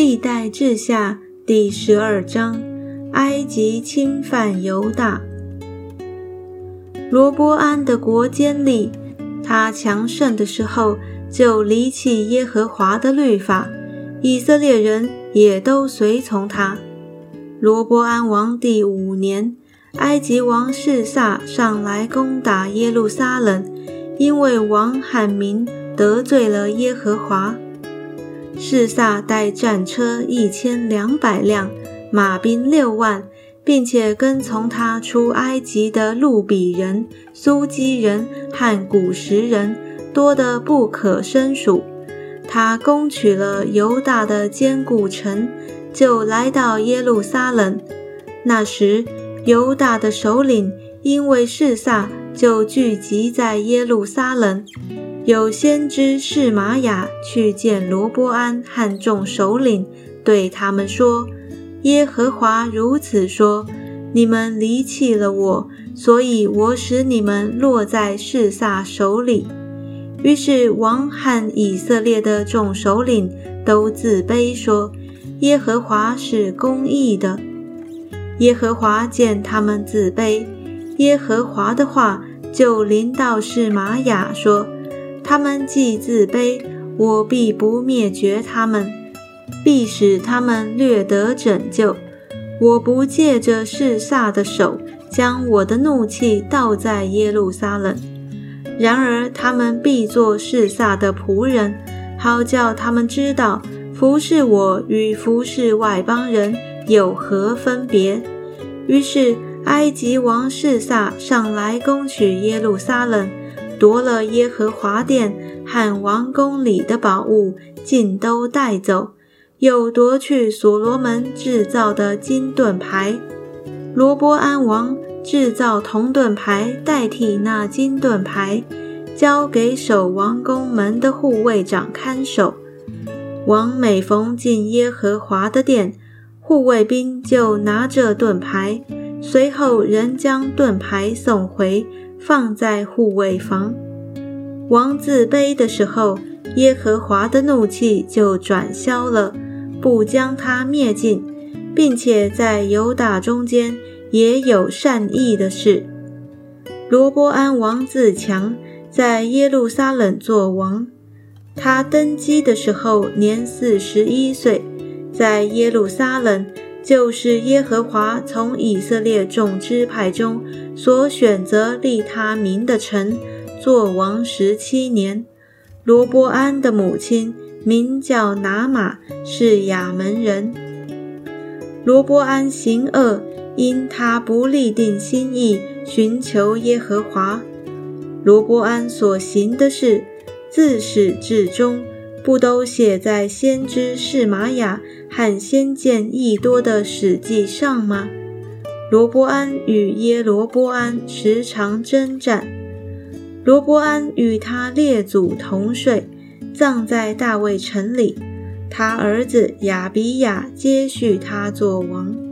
历代志下第12章，埃及侵犯犹大。罗波安的国坚立，他强盛的时候就离弃耶和华的律法，以色列人也都随从他。罗波安王第5年，埃及王示撒上来攻打耶路撒冷，因为王和民得罪了耶和华。示撒带战车1200辆，马兵6万，并且跟从他出埃及的路比人、苏基人和古实人多得不可胜数。他攻取了犹大的坚固城，就来到耶路撒冷。那时犹大的首领因为示撒，就聚集在耶路撒冷。有先知示玛雅去见罗波安和众首领，对他们说：耶和华如此说，你们离弃了我，所以我使你们落在示撒手里。于是王和以色列的众首领都自卑说，耶和华是公义的。耶和华见他们自卑，耶和华的话就临到示玛雅说，他们既自卑，我必不灭绝他们，必使他们略得拯救。我不借着示撒的手，将我的怒气倒在耶路撒冷。然而他们必做示撒的仆人，好叫他们知道服侍我与服侍外邦人有何分别。于是埃及王示撒上来攻取耶路撒冷，夺了耶和华殿和王宫里的宝物，尽都带走，又夺去所罗门制造的金盾牌。罗波安王制造铜盾牌代替那金盾牌，交给守王宫门的护卫长看守。王每逢进耶和华的殿，护卫兵就拿着盾牌，随后人将盾牌送回，放在护卫房。王自卑的时候，耶和华的怒气就转消了，不将他灭尽，并且在犹大中间也有善意的事。罗波安王自强，在耶路撒冷作王。他登基的时候年41岁，在耶路撒冷，就是耶和华从以色列众支派中所选择立他名的城，作王17年。罗波安的母亲名叫拿玛，是亚门人。罗波安行恶，因他不立定心意寻求耶和华。罗波安所行的事，自始至终，不都写在先知示玛雅和先见益多的史记上吗？罗波安与耶罗波安时常征战。罗波安与他列祖同睡，葬在大卫城里，他儿子亚比亚接续他作王。